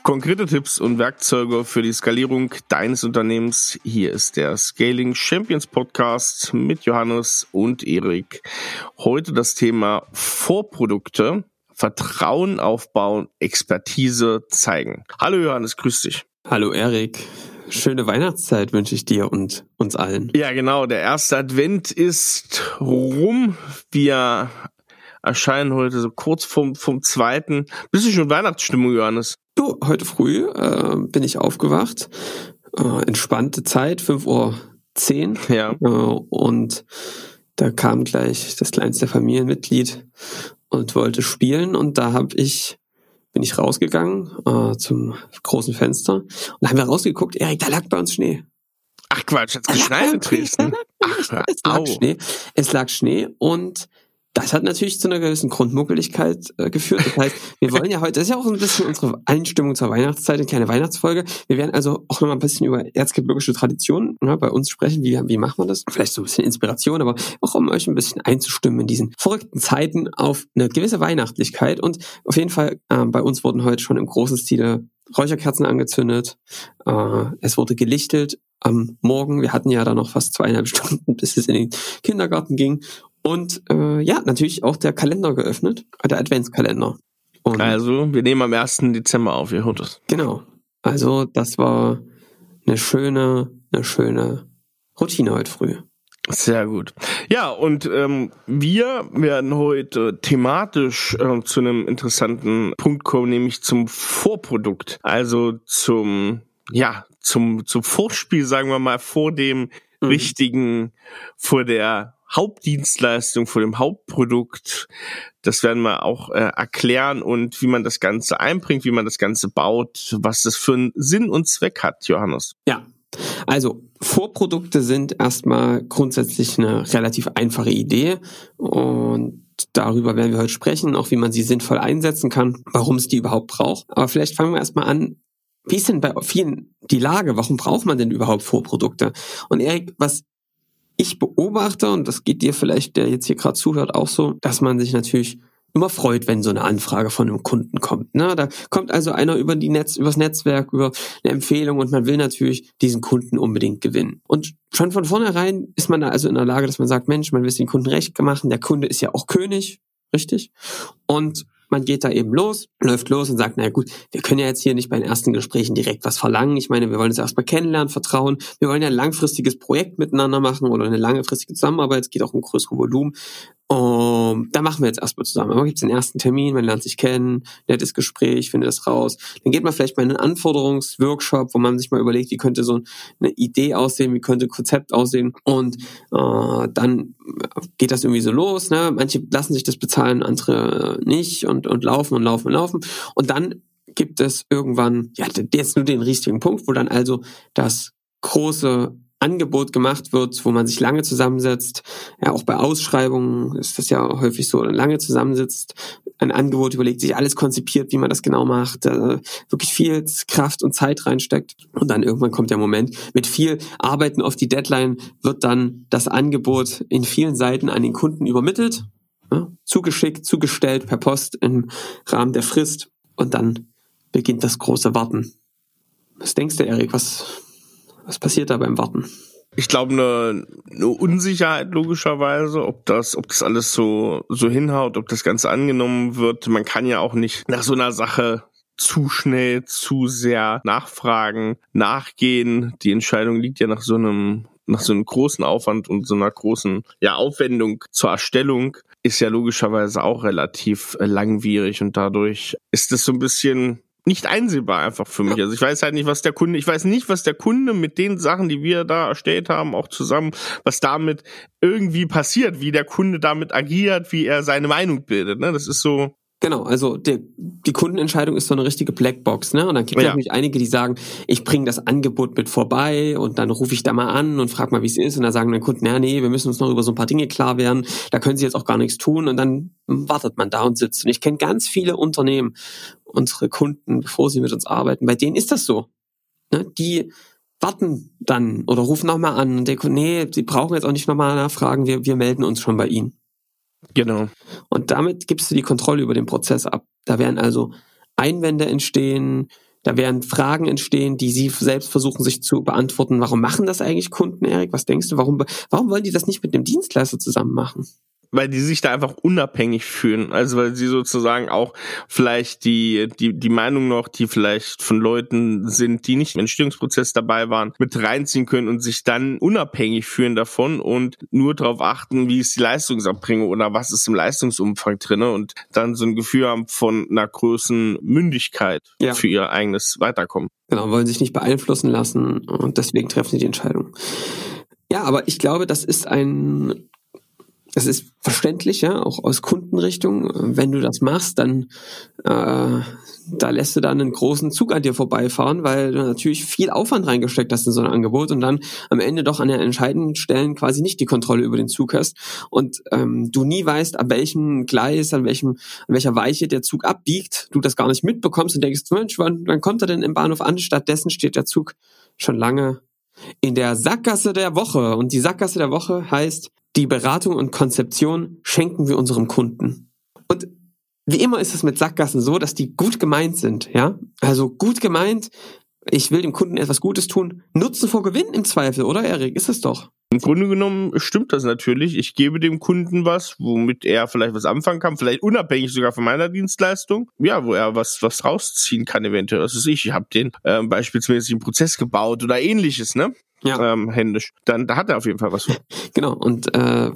Konkrete Tipps und Werkzeuge für die Skalierung deines Unternehmens. Hier ist der Scaling Champions Podcast mit Johannes und Erik. Heute das Thema Vorprodukte, Vertrauen aufbauen, Expertise zeigen. Hallo Johannes, grüß dich. Hallo Erik. Schöne Weihnachtszeit wünsche ich dir und uns allen. Ja genau, der erste Advent ist rum. Wir erscheinen heute so kurz vom zweiten. Bist du schon in Weihnachtsstimmung, Johannes? Du, heute früh bin ich aufgewacht. Entspannte Zeit, 5:10 Uhr. Ja. Und da kam gleich das kleinste Familienmitglied und wollte spielen. Und da bin ich rausgegangen zum großen Fenster. Und da haben wir rausgeguckt, Erik, da lag bei uns Schnee. Ach Quatsch, hat's geschneit in Dresden? Es lag Schnee und das hat natürlich zu einer gewissen Grundmuckeligkeit geführt. Das heißt, wir wollen ja heute, das ist ja auch ein bisschen unsere Einstimmung zur Weihnachtszeit, eine kleine Weihnachtsfolge. Wir werden also auch noch mal ein bisschen über erzgebirgische Traditionen bei uns sprechen. Wie machen wir das? Vielleicht so ein bisschen Inspiration, aber auch um euch ein bisschen einzustimmen in diesen verrückten Zeiten auf eine gewisse Weihnachtlichkeit. Und auf jeden Fall, bei uns wurden heute schon im großen Stile Räucherkerzen angezündet. Es wurde gelichtet am Morgen. Wir hatten ja da noch fast 2,5 Stunden, bis es in den Kindergarten ging. Und natürlich auch der Kalender geöffnet, der Adventskalender. Und also, wir nehmen am 1. Dezember auf, ihr hört es. Genau. Also, das war eine schöne Routine heute früh. Sehr gut. Ja, und wir werden heute thematisch zu einem interessanten Punkt kommen, nämlich zum Vorprodukt. Also zum Vorspiel, sagen wir mal, vor dem richtigen, vor der Hauptdienstleistung, vor dem Hauptprodukt. Das werden wir auch erklären und wie man das Ganze einbringt, wie man das Ganze baut, was das für einen Sinn und Zweck hat, Johannes. Ja, also Vorprodukte sind erstmal grundsätzlich eine relativ einfache Idee und darüber werden wir heute sprechen, auch wie man sie sinnvoll einsetzen kann, warum es die überhaupt braucht. Aber vielleicht fangen wir erstmal an. Wie ist denn bei vielen die Lage? Warum braucht man denn überhaupt Vorprodukte? Und Erik, was ich beobachte, und das geht dir vielleicht, der jetzt hier gerade zuhört, auch so, dass man sich natürlich immer freut, wenn so eine Anfrage von einem Kunden kommt. Ne? Da kommt also einer übers Netzwerk, über eine Empfehlung und man will natürlich diesen Kunden unbedingt gewinnen. Und schon von vornherein ist man da also in der Lage, dass man sagt, Mensch, man will es den Kunden recht machen, der Kunde ist ja auch König, richtig? Und man geht da eben läuft los und sagt, naja gut, wir können ja jetzt hier nicht bei den ersten Gesprächen direkt was verlangen. Ich meine, wir wollen uns erstmal kennenlernen, vertrauen. Wir wollen ja ein langfristiges Projekt miteinander machen oder eine langfristige Zusammenarbeit. Es geht auch um größere Volumen. Da machen wir jetzt erstmal zusammen. Aber gibt es den ersten Termin, man lernt sich kennen, nettes Gespräch, findet das raus. Dann geht man vielleicht mal in einen Anforderungsworkshop, wo man sich mal überlegt, wie könnte so eine Idee aussehen, wie könnte ein Konzept aussehen. Und dann geht das irgendwie so los. Ne? Manche lassen sich das bezahlen, andere nicht und laufen. Und dann gibt es irgendwann, jetzt nur den richtigen Punkt, wo dann also das große Angebot gemacht wird, wo man sich lange zusammensetzt. Ja, auch bei Ausschreibungen ist das ja häufig so, lange zusammensitzt, ein Angebot überlegt, sich alles konzipiert, wie man das genau macht, wirklich viel Kraft und Zeit reinsteckt. Und dann irgendwann kommt der Moment, mit viel Arbeiten auf die Deadline wird dann das Angebot in vielen Seiten an den Kunden übermittelt, zugeschickt, zugestellt per Post im Rahmen der Frist und dann beginnt das große Warten. Was denkst du, Erik, was passiert da beim Warten? Ich glaube, eine Unsicherheit logischerweise, ob das alles so hinhaut, ob das Ganze angenommen wird. Man kann ja auch nicht nach so einer Sache zu schnell, zu sehr nachfragen, nachgehen. Die Entscheidung liegt ja nach so einem großen Aufwand und so einer großen Aufwendung zur Erstellung, ist ja logischerweise auch relativ langwierig und dadurch ist es so ein bisschen nicht einsehbar einfach für mich. Also ich weiß nicht, was der Kunde mit den Sachen, die wir da erstellt haben, auch zusammen, was damit irgendwie passiert, wie der Kunde damit agiert, wie er seine Meinung bildet. Ne? Das ist so. Genau, also die Kundenentscheidung ist so eine richtige Blackbox, ne? Und dann gibt es natürlich einige, die sagen, ich bringe das Angebot mit vorbei und dann rufe ich da mal an und frage mal, wie es ist. Und dann sagen dann Kunden, nee, wir müssen uns noch über so ein paar Dinge klar werden, da können sie jetzt auch gar nichts tun. Und dann wartet man da und sitzt. Und ich kenne ganz viele Unternehmen, unsere Kunden, bevor sie mit uns arbeiten, bei denen ist das so. Ne? Die warten dann oder rufen nochmal an und denken, sie brauchen jetzt auch nicht nochmal nachfragen, wir melden uns schon bei ihnen. Genau. Und damit gibst du die Kontrolle über den Prozess ab. Da werden also Einwände entstehen, Da werden Fragen entstehen, die Sie selbst versuchen sich zu beantworten. Warum machen das eigentlich Kunden, Erik? Was denkst du? Warum wollen die das nicht mit dem Dienstleister zusammen machen? Weil die sich da einfach unabhängig fühlen. Also weil sie sozusagen auch vielleicht die Meinung noch, die vielleicht von Leuten sind, die nicht im Entstehungsprozess dabei waren, mit reinziehen können und sich dann unabhängig fühlen davon und nur darauf achten, wie ist die Leistungserbringung oder was ist im Leistungsumfang drin und dann so ein Gefühl haben von einer größeren Mündigkeit für ihr eigenes Weiterkommen. Genau, wollen sich nicht beeinflussen lassen und deswegen treffen sie die Entscheidung. Ja, aber ich glaube, das ist verständlich, ja, auch aus Kundenrichtung. Wenn du das machst, dann da lässt du dann einen großen Zug an dir vorbeifahren, weil du natürlich viel Aufwand reingesteckt hast in so ein Angebot und dann am Ende doch an den entscheidenden Stellen quasi nicht die Kontrolle über den Zug hast und du nie weißt, an welchem Gleis, an welcher Weiche der Zug abbiegt, du das gar nicht mitbekommst und denkst, Mensch, wann kommt er denn im Bahnhof an? Stattdessen steht der Zug schon lange in der Sackgasse der Woche. Und die Sackgasse der Woche heißt, die Beratung und Konzeption schenken wir unserem Kunden. Und wie immer ist es mit Sackgassen so, dass die gut gemeint sind, ja? Also gut gemeint, ich will dem Kunden etwas Gutes tun, Nutzen vor Gewinn im Zweifel, oder Erik? Ist es doch. Im Grunde genommen stimmt das natürlich. Ich gebe dem Kunden was, womit er vielleicht was anfangen kann, vielleicht unabhängig sogar von meiner Dienstleistung. Ja, wo er was rausziehen kann eventuell. Das ist ich habe den beispielsweise einen Prozess gebaut oder ähnliches, ne? Ja. Händisch. Dann da hat er auf jeden Fall was von. Genau. Und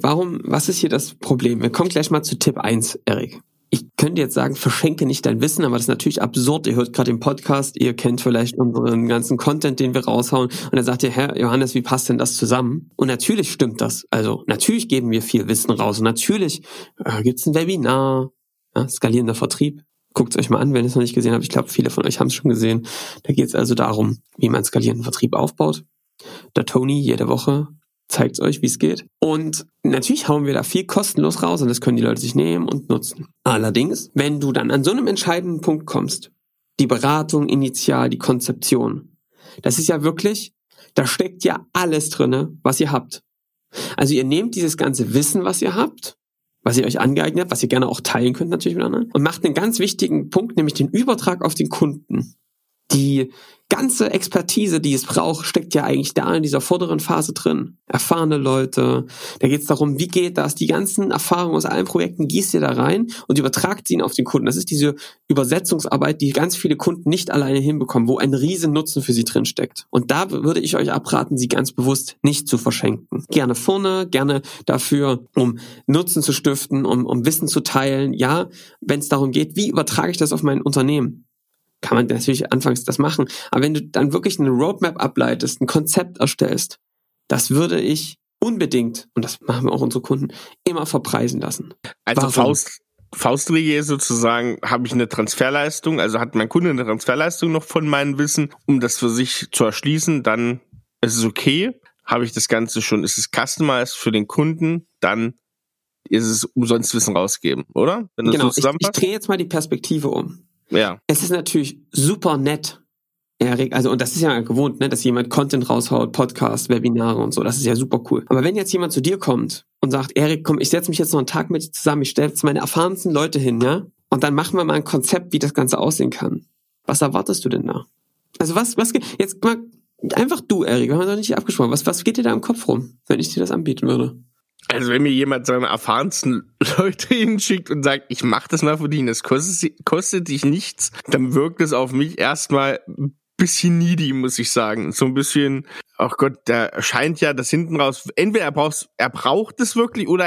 was ist hier das Problem? Wir kommen gleich mal zu Tipp 1, Erik. Ich könnte jetzt sagen, verschenke nicht dein Wissen, aber das ist natürlich absurd. Ihr hört gerade den Podcast, ihr kennt vielleicht unseren ganzen Content, den wir raushauen. Und dann sagt ihr, Herr Johannes, wie passt denn das zusammen? Und natürlich stimmt das. Also natürlich geben wir viel Wissen raus. Und natürlich gibt's ein Webinar, skalierender Vertrieb. Guckt es euch mal an, wenn ihr es noch nicht gesehen habt. Ich glaube, viele von euch haben es schon gesehen. Da geht es also darum, wie man skalierenden Vertrieb aufbaut. Der Tony jede Woche zeigt euch, wie es geht. Und natürlich hauen wir da viel kostenlos raus und das können die Leute sich nehmen und nutzen. Allerdings, wenn du dann an so einem entscheidenden Punkt kommst, die Beratung initial, die Konzeption, das ist ja wirklich, da steckt ja alles drinne, was ihr habt. Also ihr nehmt dieses ganze Wissen, was ihr habt, was ihr euch angeeignet habt, was ihr gerne auch teilen könnt natürlich mit anderen, und macht einen ganz wichtigen Punkt, nämlich den Übertrag auf den Kunden. Die ganze Expertise, die es braucht, steckt ja eigentlich da in dieser vorderen Phase drin. Erfahrene Leute, da geht es darum, wie geht das? Die ganzen Erfahrungen aus allen Projekten gießt ihr da rein und übertragt sie auf den Kunden. Das ist diese Übersetzungsarbeit, die ganz viele Kunden nicht alleine hinbekommen, wo ein riesen Nutzen für sie drin steckt. Und da würde ich euch abraten, sie ganz bewusst nicht zu verschenken. Gerne vorne, gerne dafür, um Nutzen zu stiften, um Wissen zu teilen. Ja, wenn es darum geht, wie übertrage ich das auf mein Unternehmen? Kann man natürlich anfangs das machen. Aber wenn du dann wirklich eine Roadmap ableitest, ein Konzept erstellst, das würde ich unbedingt, und das machen wir auch unsere Kunden, immer verpreisen lassen. Also Faustregel ist sozusagen, habe ich eine Transferleistung, also hat mein Kunde eine Transferleistung noch von meinem Wissen, um das für sich zu erschließen, dann ist es okay. Habe ich das Ganze schon, ist es customized für den Kunden, dann ist es umsonst Wissen rausgeben, oder? Wenn das genau, so zusammenpasst? Ich drehe jetzt mal die Perspektive um. Ja. Es ist natürlich super nett, Erik, also, und das ist ja gewohnt, ne, dass jemand Content raushaut, Podcasts, Webinare und so, das ist ja super cool. Aber wenn jetzt jemand zu dir kommt und sagt, Erik, komm, ich setze mich jetzt noch einen Tag mit dir zusammen, ich stelle jetzt meine erfahrensten Leute hin, ja, und dann machen wir mal ein Konzept, wie das Ganze aussehen kann. Was erwartest du denn da? Also was jetzt mal, einfach du, Erik, wir haben doch nicht abgesprochen, was geht dir da im Kopf rum, wenn ich dir das anbieten würde? Also wenn mir jemand seine erfahrensten Leute hinschickt und sagt, ich mach das mal für dich, das kostet dich nichts, dann wirkt es auf mich erstmal ein bisschen needy, muss ich sagen. So ein bisschen, ach Gott, da scheint ja das hinten raus, entweder er braucht es wirklich oder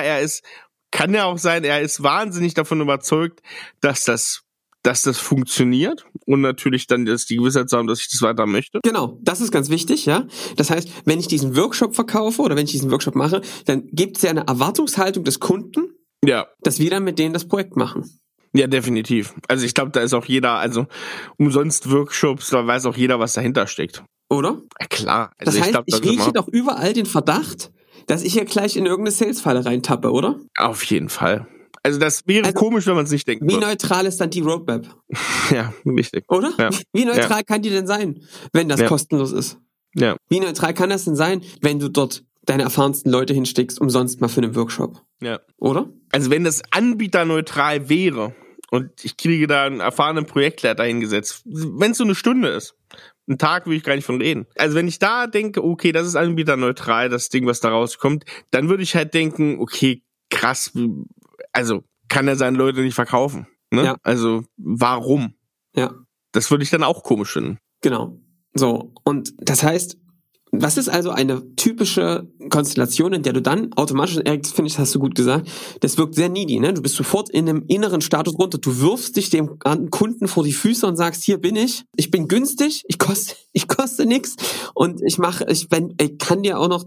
kann ja auch sein, er ist wahnsinnig davon überzeugt, dass das funktioniert und natürlich dann die Gewissheit zu haben, dass ich das weiter möchte. Genau, das ist ganz wichtig, ja. Das heißt, wenn ich diesen Workshop verkaufe oder wenn ich diesen Workshop mache, dann gibt es ja eine Erwartungshaltung des Kunden, ja, dass wir dann mit denen das Projekt machen. Ja, definitiv. Also ich glaube, da ist auch jeder, also umsonst Workshops, da weiß auch jeder, was dahinter steckt. Oder? Ja, klar. Also das heißt, ich rieche doch überall den Verdacht, dass ich ja gleich in irgendeine Sales-Falle reintappe, oder? Auf jeden Fall. Also das wäre komisch, wenn man es nicht denkt. Wie neutral ist dann die Roadmap? Ja, richtig. Oder? Ja. Wie neutral kann die denn sein, wenn das kostenlos ist? Ja. Wie neutral kann das denn sein, wenn du dort deine erfahrensten Leute hinsteckst, umsonst mal für einen Workshop? Ja. Oder? Also wenn das anbieterneutral wäre und ich kriege da einen erfahrenen Projektleiter hingesetzt, wenn es so eine Stunde ist. Einen Tag will ich gar nicht von reden. Also wenn ich da denke, okay, das ist anbieterneutral, das Ding, was da rauskommt, dann würde ich halt denken, okay, krass, also kann er seine Leute nicht verkaufen. Ne? Ja. Also warum? Ja. Das würde ich dann auch komisch finden. Genau. So, und das heißt, was ist also eine typische Konstellation, in der du dann automatisch, Erik, finde ich, hast du gut gesagt, das wirkt sehr needy, ne? Du bist sofort in einem inneren Status runter, du wirfst dich dem Kunden vor die Füße und sagst, hier bin ich bin günstig, ich koste nix und ich mache noch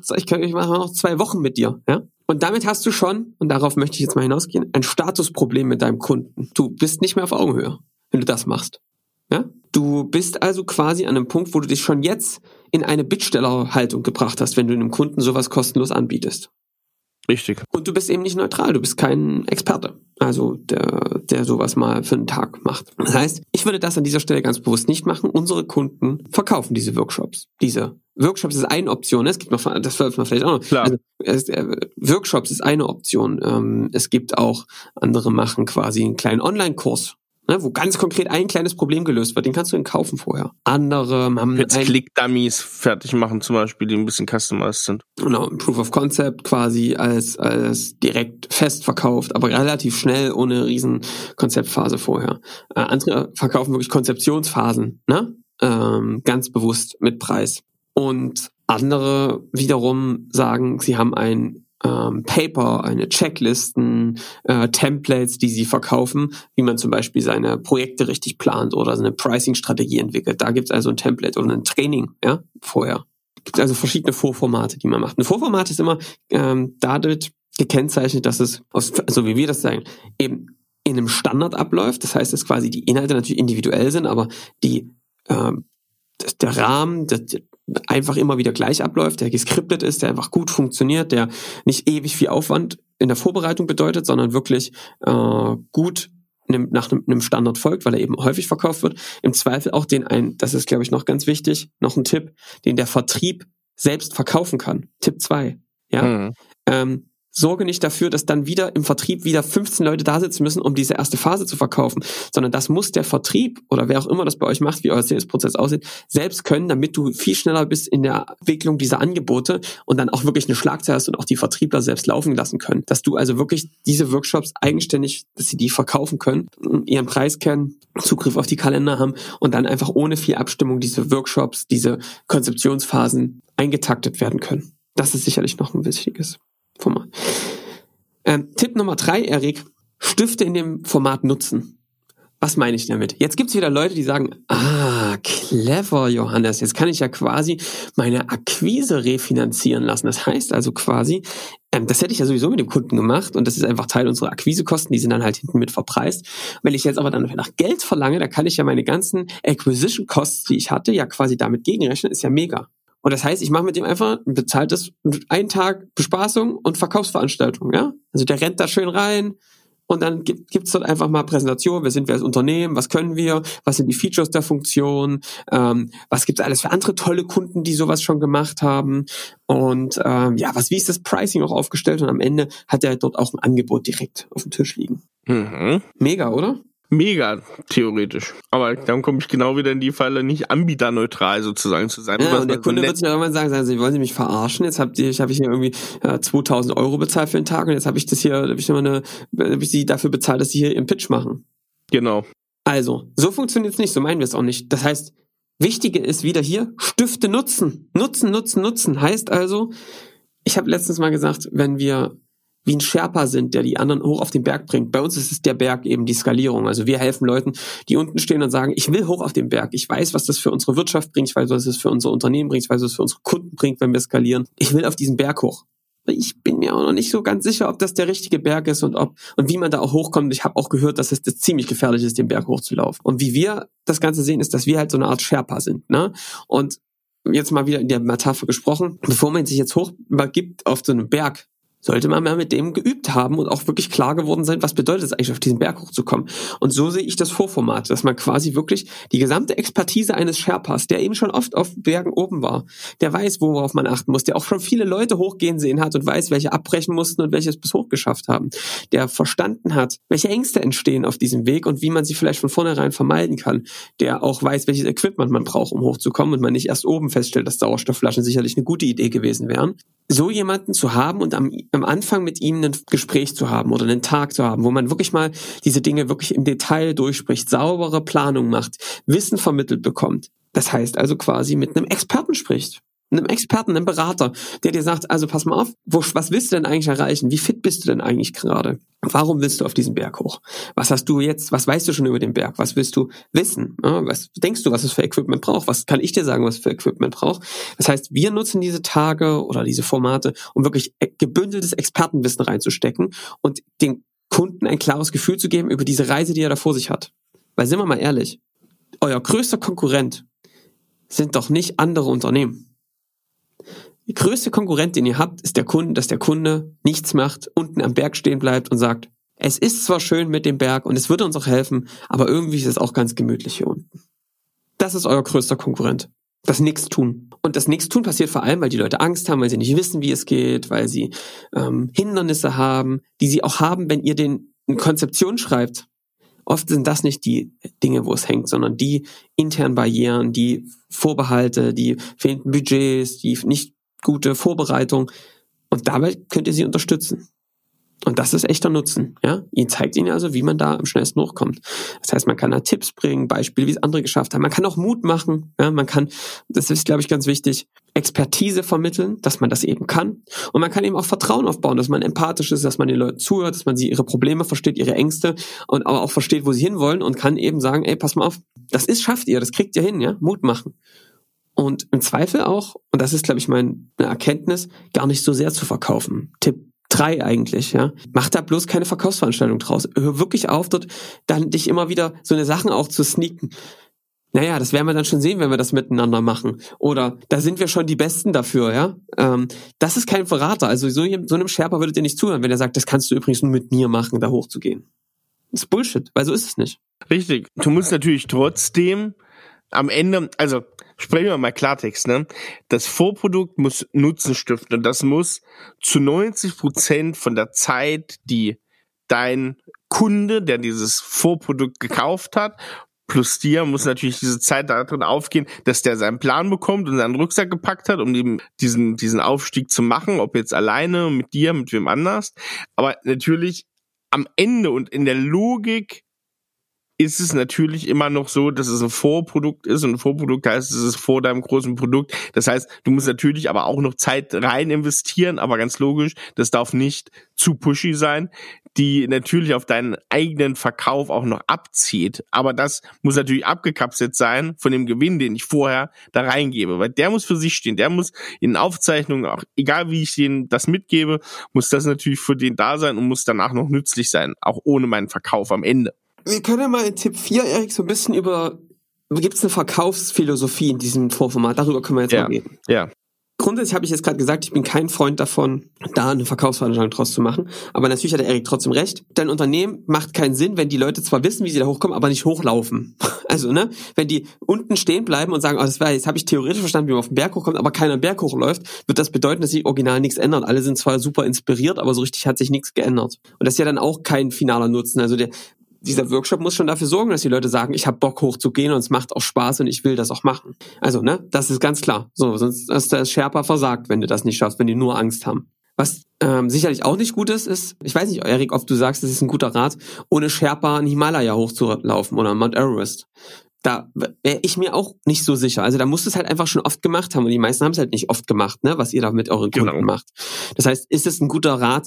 2 Wochen mit dir, ja? Und damit hast du schon, und darauf möchte ich jetzt mal hinausgehen, ein Statusproblem mit deinem Kunden. Du bist nicht mehr auf Augenhöhe, wenn du das machst. Ja? Du bist also quasi an einem Punkt, wo du dich schon jetzt in eine Bittstellerhaltung gebracht hast, wenn du einem Kunden sowas kostenlos anbietest. Richtig. Und du bist eben nicht neutral, du bist kein Experte, also der sowas mal für einen Tag macht. Das heißt, ich würde das an dieser Stelle ganz bewusst nicht machen. Unsere Kunden verkaufen diese Workshops. Diese Workshops ist eine Option. Es gibt noch, das veröffentlichen wir vielleicht auch noch. Klar. Also, Workshops ist eine Option. Es gibt auch, andere machen quasi einen kleinen Online-Kurs, ne, wo ganz konkret ein kleines Problem gelöst wird. Den kannst du kaufen vorher. Andere haben jetzt Click-Dummies fertig machen zum Beispiel, die ein bisschen customized sind. Genau, ein Proof of Concept quasi als direkt fest verkauft, aber relativ schnell, ohne riesen Konzeptphase vorher. Andere verkaufen wirklich Konzeptionsphasen, ne? Ganz bewusst mit Preis. Und andere wiederum sagen, sie haben ein Paper, eine Checklisten, Templates, die sie verkaufen, wie man zum Beispiel seine Projekte richtig plant oder eine Pricing-Strategie entwickelt. Da gibt's also ein Template oder ein Training, ja, vorher. Gibt also verschiedene Vorformate, die man macht. Ein Vorformat ist immer dadurch gekennzeichnet, dass es, so wie wir das sagen, eben in einem Standard abläuft. Das heißt, dass quasi die Inhalte natürlich individuell sind, aber der Rahmen, der einfach immer wieder gleich abläuft, der geskriptet ist, der einfach gut funktioniert, der nicht ewig viel Aufwand in der Vorbereitung bedeutet, sondern wirklich gut nach einem Standard folgt, weil er eben häufig verkauft wird. Im Zweifel auch das ist, glaube ich, noch ganz wichtig, noch ein Tipp, den der Vertrieb selbst verkaufen kann. Tipp 2. Ja. Sorge nicht dafür, dass dann wieder im Vertrieb wieder 15 Leute da sitzen müssen, um diese erste Phase zu verkaufen, sondern das muss der Vertrieb oder wer auch immer das bei euch macht, wie euer Sales-Prozess aussieht, selbst können, damit du viel schneller bist in der Entwicklung dieser Angebote und dann auch wirklich eine Schlagzeile hast und auch die Vertriebler selbst laufen lassen können. Dass du also wirklich diese Workshops eigenständig, dass sie die verkaufen können, ihren Preis kennen, Zugriff auf die Kalender haben und dann einfach ohne viel Abstimmung diese Workshops, diese Konzeptionsphasen eingetaktet werden können. Das ist sicherlich noch ein wichtiges Format. Tipp Nummer 3, Erik, Stifte in dem Format nutzen. Was meine ich damit? Jetzt gibt's wieder Leute, die sagen, clever, Johannes, jetzt kann ich ja quasi meine Akquise refinanzieren lassen. Das heißt also quasi, das hätte ich ja sowieso mit dem Kunden gemacht und das ist einfach Teil unserer Akquisekosten, die sind dann halt hinten mit verpreist. Wenn ich jetzt aber dann nach Geld verlange, da kann ich ja meine ganzen Acquisition Costs, die ich hatte, ja quasi damit gegenrechnen, ist ja mega. Und das heißt, ich mache mit dem einfach ein bezahltes einen Tag Bespaßung und Verkaufsveranstaltung, ja? Also der rennt da schön rein und dann gibt's dort einfach mal Präsentation, wer sind wir als Unternehmen, was können wir, was sind die Features der Funktion, was gibt's alles für andere tolle Kunden, die sowas schon gemacht haben und wie ist das Pricing auch aufgestellt und am Ende hat er dort auch ein Angebot direkt auf dem Tisch liegen. Mhm. Mega, oder? Mega, theoretisch. Aber dann komme ich genau wieder in die Falle, nicht anbieterneutral sozusagen zu sein. Ja, und der Kunde wird sich irgendwann sagen, Sie wollen Sie mich verarschen? Jetzt habe ich hier irgendwie 2.000 € bezahlt für den Tag und jetzt habe ich Sie dafür bezahlt, dass Sie hier Ihren Pitch machen. Genau. Also, so funktioniert's nicht, so meinen wir es auch nicht. Das heißt, Wichtige ist wieder hier, Stifte nutzen. Nutzen. Heißt also, ich habe letztens mal gesagt, wenn wir wie ein Sherpa sind, der die anderen hoch auf den Berg bringt. Bei uns ist es der Berg eben die Skalierung. Also wir helfen Leuten, die unten stehen und sagen, ich will hoch auf den Berg. Ich weiß, was das für unsere Wirtschaft bringt. Ich weiß, was das für unser Unternehmen bringt. Ich weiß, was das für unsere Kunden bringt, wenn wir skalieren. Ich will auf diesen Berg hoch. Ich bin mir auch noch nicht so ganz sicher, ob das der richtige Berg ist und wie man da auch hochkommt. Ich habe auch gehört, dass es das ziemlich gefährlich ist, den Berg hochzulaufen. Und wie wir das Ganze sehen, ist, dass wir halt so eine Art Sherpa sind, ne? Und jetzt mal wieder in der Metapher gesprochen, bevor man sich jetzt hochgibt auf so einen Berg, sollte man mal mit dem geübt haben und auch wirklich klar geworden sein, was bedeutet es eigentlich, auf diesen Berg hochzukommen. Und so sehe ich das Vorformat, dass man quasi wirklich die gesamte Expertise eines Sherpas, der eben schon oft auf Bergen oben war, der weiß, worauf man achten muss, der auch schon viele Leute hochgehen sehen hat und weiß, welche abbrechen mussten und welche es bis hoch geschafft haben, der verstanden hat, welche Ängste entstehen auf diesem Weg und wie man sie vielleicht von vornherein vermeiden kann, der auch weiß, welches Equipment man braucht, um hochzukommen und man nicht erst oben feststellt, dass Sauerstoffflaschen sicherlich eine gute Idee gewesen wären. So jemanden zu haben und am Anfang mit ihm ein Gespräch zu haben oder einen Tag zu haben, wo man wirklich mal diese Dinge wirklich im Detail durchspricht, saubere Planung macht, Wissen vermittelt bekommt. Das heißt also quasi mit einem Experten spricht. Einem Experten, einem Berater, der dir sagt, also pass mal auf, was willst du denn eigentlich erreichen? Wie fit bist du denn eigentlich gerade? Warum willst du auf diesen Berg hoch? Was hast du jetzt, was weißt du schon über den Berg? Was willst du wissen? Was denkst du, was es für Equipment braucht? Was kann ich dir sagen, was es für Equipment braucht? Das heißt, wir nutzen diese Tage oder diese Formate, um wirklich gebündeltes Expertenwissen reinzustecken und den Kunden ein klares Gefühl zu geben über diese Reise, die er da vor sich hat. Weil sind wir mal ehrlich, euer größter Konkurrent sind doch nicht andere Unternehmen. Der größte Konkurrent, den ihr habt, ist der Kunde, dass der Kunde nichts macht, unten am Berg stehen bleibt und sagt, es ist zwar schön mit dem Berg und es würde uns auch helfen, aber irgendwie ist es auch ganz gemütlich hier unten. Das ist euer größter Konkurrent. Das Nichtstun. Und das Nichtstun passiert vor allem, weil die Leute Angst haben, weil sie nicht wissen, wie es geht, weil sie Hindernisse haben, die sie auch haben, wenn ihr denen eine Konzeption schreibt. Oft sind das nicht die Dinge, wo es hängt, sondern die internen Barrieren, die Vorbehalte, die fehlenden Budgets, die nicht gute Vorbereitung. Und dabei könnt ihr sie unterstützen. Und das ist echter Nutzen. Ja? Ihr zeigt ihnen also, wie man da am schnellsten hochkommt. Das heißt, man kann da Tipps bringen, Beispiele, wie es andere geschafft haben. Man kann auch Mut machen. Ja? Man kann, das ist, glaube ich, ganz wichtig, Expertise vermitteln, dass man das eben kann. Und man kann eben auch Vertrauen aufbauen, dass man empathisch ist, dass man den Leuten zuhört, dass man sie ihre Probleme versteht, ihre Ängste und aber auch versteht, wo sie hinwollen und kann eben sagen, ey, pass mal auf, schafft ihr, das kriegt ihr hin, ja, Mut machen. Und im Zweifel auch, und das ist, glaube ich, meine Erkenntnis, gar nicht so sehr zu verkaufen. Tipp 3 eigentlich, ja. Mach da bloß keine Verkaufsveranstaltung draus. Hör wirklich auf, dort dann dich immer wieder so eine Sachen auch zu sneaken. Naja, das werden wir dann schon sehen, wenn wir das miteinander machen. Oder da sind wir schon die Besten dafür, ja. Das ist kein Verrater. Also so einem Sherpa würdet ihr nicht zuhören, wenn er sagt, das kannst du übrigens nur mit mir machen, da hochzugehen. Das ist Bullshit, weil so ist es nicht. Richtig. Du musst natürlich trotzdem am Ende, also sprechen wir mal Klartext, ne? Das Vorprodukt muss Nutzen stiften und das muss zu 90% von der Zeit, die dein Kunde, der dieses Vorprodukt gekauft hat, plus dir, muss natürlich diese Zeit darin aufgehen, dass der seinen Plan bekommt und seinen Rucksack gepackt hat, um eben diesen Aufstieg zu machen, ob jetzt alleine, mit dir, mit wem anders. Aber natürlich am Ende und in der Logik ist es natürlich immer noch so, dass es ein Vorprodukt ist und ein Vorprodukt heißt, es ist vor deinem großen Produkt. Das heißt, du musst natürlich aber auch noch Zeit rein investieren, aber ganz logisch, das darf nicht zu pushy sein, die natürlich auf deinen eigenen Verkauf auch noch abzieht. Aber das muss natürlich abgekapselt sein von dem Gewinn, den ich vorher da reingebe, weil der muss für sich stehen, der muss in Aufzeichnungen, auch egal wie ich denen das mitgebe, muss das natürlich für den da sein und muss danach noch nützlich sein, auch ohne meinen Verkauf am Ende. Wir können ja mal in Tipp 4, Erik, so ein bisschen gibt es eine Verkaufsphilosophie in diesem Vorformat? Darüber können wir jetzt mal reden. Ja. Grundsätzlich habe ich jetzt gerade gesagt, ich bin kein Freund davon, da eine Verkaufsveranstaltung draus zu machen. Aber natürlich hat der Erik trotzdem recht. Dein Unternehmen macht keinen Sinn, wenn die Leute zwar wissen, wie sie da hochkommen, aber nicht hochlaufen. Also, ne, wenn die unten stehen bleiben und sagen, jetzt habe ich theoretisch verstanden, wie man auf den Berg hochkommt, aber keiner Berg hochläuft, wird das bedeuten, dass sich original nichts ändert. Alle sind zwar super inspiriert, aber so richtig hat sich nichts geändert. Und das ist ja dann auch kein finaler Nutzen. Also dieser Workshop muss schon dafür sorgen, dass die Leute sagen, ich habe Bock hochzugehen und es macht auch Spaß und ich will das auch machen. Also, ne, das ist ganz klar. So, sonst ist der Sherpa versagt, wenn du das nicht schaffst, wenn die nur Angst haben. Was sicherlich auch nicht gut ist, ich weiß nicht, Erik, ob du sagst, das ist ein guter Rat, ohne Sherpa einen Himalaya hochzulaufen oder Mount Everest. Da wäre ich mir auch nicht so sicher. Also da musst du es halt einfach schon oft gemacht haben und die meisten haben es halt nicht oft gemacht, ne, was ihr da mit euren Kunden macht. Das heißt, ist es ein guter Rat,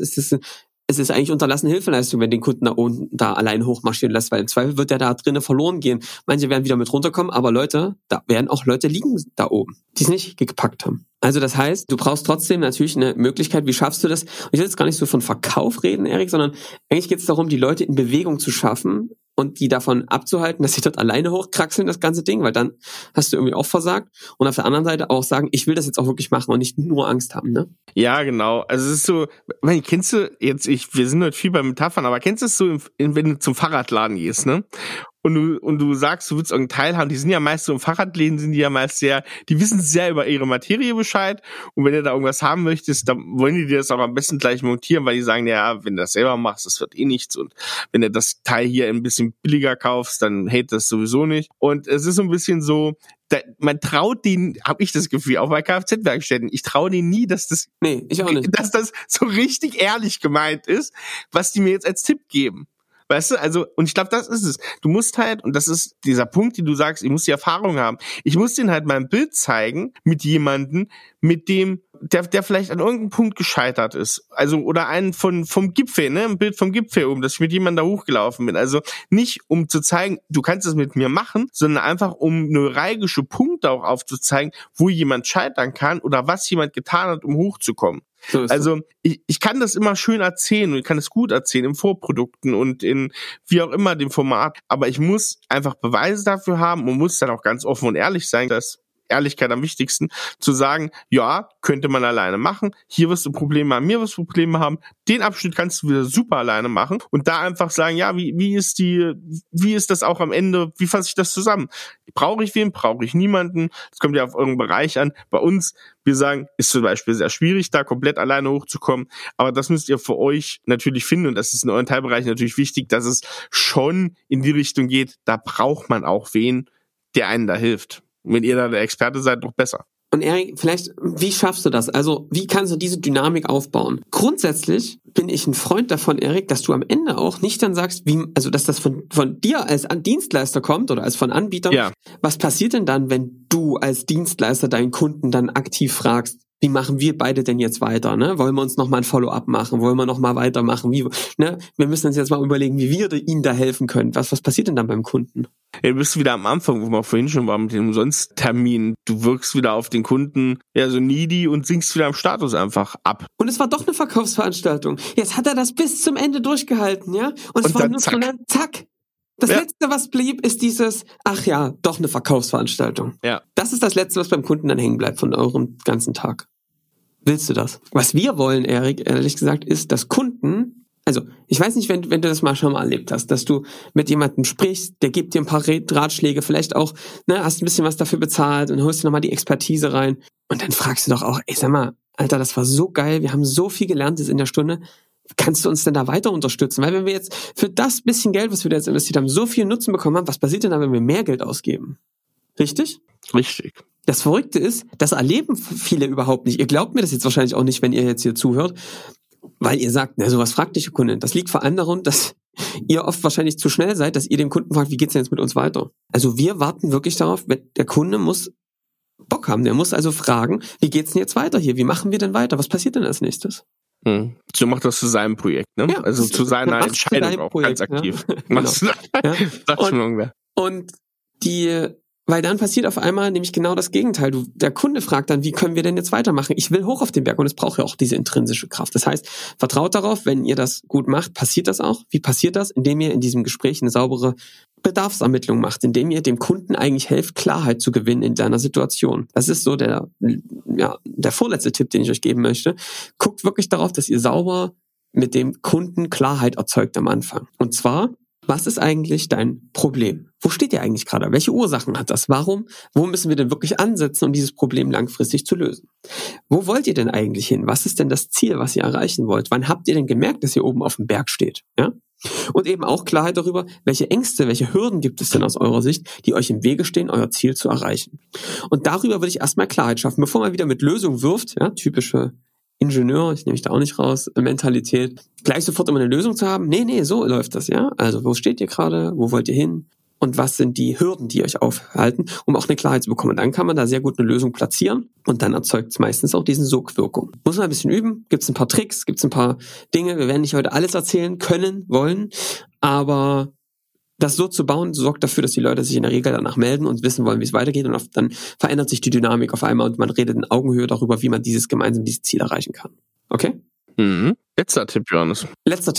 es ist eigentlich unterlassene Hilfeleistung, wenn den Kunden da allein hochmarschieren lässt, weil im Zweifel wird der da drinnen verloren gehen. Manche werden wieder mit runterkommen, aber Leute, da werden auch Leute liegen da oben, die es nicht gepackt haben. Also das heißt, du brauchst trotzdem natürlich eine Möglichkeit, wie schaffst du das? Und ich will jetzt gar nicht so von Verkauf reden, Erik, sondern eigentlich geht es darum, die Leute in Bewegung zu schaffen und die davon abzuhalten, dass sie dort alleine hochkraxeln, das ganze Ding, weil dann hast du irgendwie auch versagt. Und auf der anderen Seite auch sagen, ich will das jetzt auch wirklich machen und nicht nur Angst haben, ne? Ja, genau. Also es ist so, kennst du jetzt, wir sind heute viel bei Metaphern, aber kennst du es so, wenn du zum Fahrradladen gehst, ne? Und du sagst, du willst irgendein Teil haben, die sind ja meist so im Fahrradläden, sind die ja meist die wissen sehr über ihre Materie Bescheid, und wenn du da irgendwas haben möchtest, dann wollen die dir das auch am besten gleich montieren, weil die sagen, ja, wenn du das selber machst, das wird eh nichts, und wenn du das Teil hier ein bisschen billiger kaufst, dann hält das sowieso nicht. Und es ist so ein bisschen so, man traut denen, habe ich das Gefühl, auch bei Kfz-Werkstätten, ich traue denen nie, dass das so richtig ehrlich gemeint ist, was die mir jetzt als Tipp geben. Weißt du, also, und ich glaube, das ist es. Du musst halt, und das ist dieser Punkt, den du sagst, ich muss die Erfahrung haben. Ich muss denen halt mal ein Bild zeigen mit jemandem, mit dem, der vielleicht an irgendeinem Punkt gescheitert ist. Also, oder einen vom Gipfel, ne? Ein Bild vom Gipfel dass ich mit jemandem da hochgelaufen bin. Also nicht, um zu zeigen, du kannst es mit mir machen, sondern einfach, um neuralgische Punkte auch aufzuzeigen, wo jemand scheitern kann oder was jemand getan hat, um hochzukommen. So also ich kann das immer schön erzählen und ich kann es gut erzählen in Vorprodukten und in wie auch immer dem Format, aber ich muss einfach Beweise dafür haben und muss dann auch ganz offen und ehrlich sein, dass Ehrlichkeit am wichtigsten, zu sagen, ja, könnte man alleine machen, hier wirst du Probleme haben, hier wirst du Probleme haben, den Abschnitt kannst du wieder super alleine machen und da einfach sagen, ja, wie ist das auch am Ende, wie fasse ich das zusammen? Brauche ich wen, brauche ich niemanden? Das kommt ja auf irgendeinen Bereich an. Bei uns, wir sagen, ist zum Beispiel sehr schwierig, da komplett alleine hochzukommen, aber das müsst ihr für euch natürlich finden und das ist in euren Teilbereichen natürlich wichtig, dass es schon in die Richtung geht, da braucht man auch wen, der einen da hilft. Wenn ihr da der Experte seid, noch besser. Und Erik, vielleicht, wie schaffst du das? Also, wie kannst du diese Dynamik aufbauen? Grundsätzlich bin ich ein Freund davon, Erik, dass du am Ende auch nicht dann sagst, dass das von dir als Dienstleister kommt oder als von Anbietern. Ja. Was passiert denn dann, wenn du als Dienstleister deinen Kunden dann aktiv fragst, wie machen wir beide denn jetzt weiter? Ne? Wollen wir uns nochmal ein Follow-up machen? Wollen wir nochmal weitermachen? Wir müssen uns jetzt mal überlegen, wie wir ihnen da helfen können. Was passiert denn dann beim Kunden? Ja, du bist wieder am Anfang, wo wir vorhin schon waren mit dem Umsonsttermin. Du wirkst wieder auf den Kunden so needy und sinkst wieder am Status einfach ab. Und es war doch eine Verkaufsveranstaltung. Jetzt hat er das bis zum Ende durchgehalten, ja? Und es war nur so ein Zack. Das Letzte, was blieb, ist dieses, ach ja, doch eine Verkaufsveranstaltung. Ja. Das ist das Letzte, was beim Kunden dann hängen bleibt von eurem ganzen Tag. Willst du das? Was wir wollen, Erik, ehrlich gesagt, ist, dass Kunden, also ich weiß nicht, wenn du das mal schon mal erlebt hast, dass du mit jemandem sprichst, der gibt dir ein paar Ratschläge, vielleicht auch, hast ein bisschen was dafür bezahlt und holst dir nochmal die Expertise rein und dann fragst du doch auch, ey, sag mal, Alter, das war so geil, wir haben so viel gelernt jetzt in der Stunde, kannst du uns denn da weiter unterstützen? Weil wenn wir jetzt für das bisschen Geld, was wir da jetzt investiert haben, so viel Nutzen bekommen haben, was passiert denn da, wenn wir mehr Geld ausgeben? Richtig? Richtig. Das Verrückte ist, das erleben viele überhaupt nicht. Ihr glaubt mir das jetzt wahrscheinlich auch nicht, wenn ihr jetzt hier zuhört, weil ihr sagt, sowas fragt dich der Kunde. Das liegt vor allem daran, dass ihr oft wahrscheinlich zu schnell seid, dass ihr den Kunden fragt, wie geht's denn jetzt mit uns weiter? Also wir warten wirklich darauf, der Kunde muss Bock haben. Der muss also fragen, wie geht's denn jetzt weiter hier? Wie machen wir denn weiter? Was passiert denn als nächstes? So macht das zu seinem Projekt, ne? Ja, also zu seiner Entscheidung auch Projekt, ganz aktiv. Ja. Machst du das? Sagt schon irgendwer. Und weil dann passiert auf einmal nämlich genau das Gegenteil. Der Kunde fragt dann, wie können wir denn jetzt weitermachen? Ich will hoch auf den Berg und es braucht ja auch diese intrinsische Kraft. Das heißt, vertraut darauf, wenn ihr das gut macht, passiert das auch. Wie passiert das? Indem ihr in diesem Gespräch eine saubere Bedarfsermittlung macht, indem ihr dem Kunden eigentlich helft, Klarheit zu gewinnen in deiner Situation. Das ist so der vorletzte Tipp, den ich euch geben möchte. Guckt wirklich darauf, dass ihr sauber mit dem Kunden Klarheit erzeugt am Anfang. Und zwar, was ist eigentlich dein Problem? Wo steht ihr eigentlich gerade? Welche Ursachen hat das? Wo müssen wir denn wirklich ansetzen, um dieses Problem langfristig zu lösen? Wo wollt ihr denn eigentlich hin? Was ist denn das Ziel, was ihr erreichen wollt? Wann habt ihr denn gemerkt, dass ihr oben auf dem Berg steht? Ja? Und eben auch Klarheit darüber, welche Ängste, welche Hürden gibt es denn aus eurer Sicht, die euch im Wege stehen, euer Ziel zu erreichen. Und darüber würde ich erstmal Klarheit schaffen, bevor man wieder mit Lösungen wirft, typische Ingenieur, ich nehme mich da auch nicht raus, Mentalität, gleich sofort immer eine Lösung zu haben. Nee, so läuft das, ja. Also wo steht ihr gerade, wo wollt ihr hin und was sind die Hürden, die euch aufhalten, um auch eine Klarheit zu bekommen. Und dann kann man da sehr gut eine Lösung platzieren und dann erzeugt es meistens auch diesen Sogwirkung. Muss man ein bisschen üben, gibt es ein paar Tricks, gibt es ein paar Dinge, wir werden nicht heute alles erzählen können, wollen, aber das so zu bauen, sorgt dafür, dass die Leute sich in der Regel danach melden und wissen wollen, wie es weitergeht und dann verändert sich die Dynamik auf einmal und man redet in Augenhöhe darüber, wie man dieses Ziel erreichen kann. Okay? Letzter Tipp, Johannes. Letzter Tipp.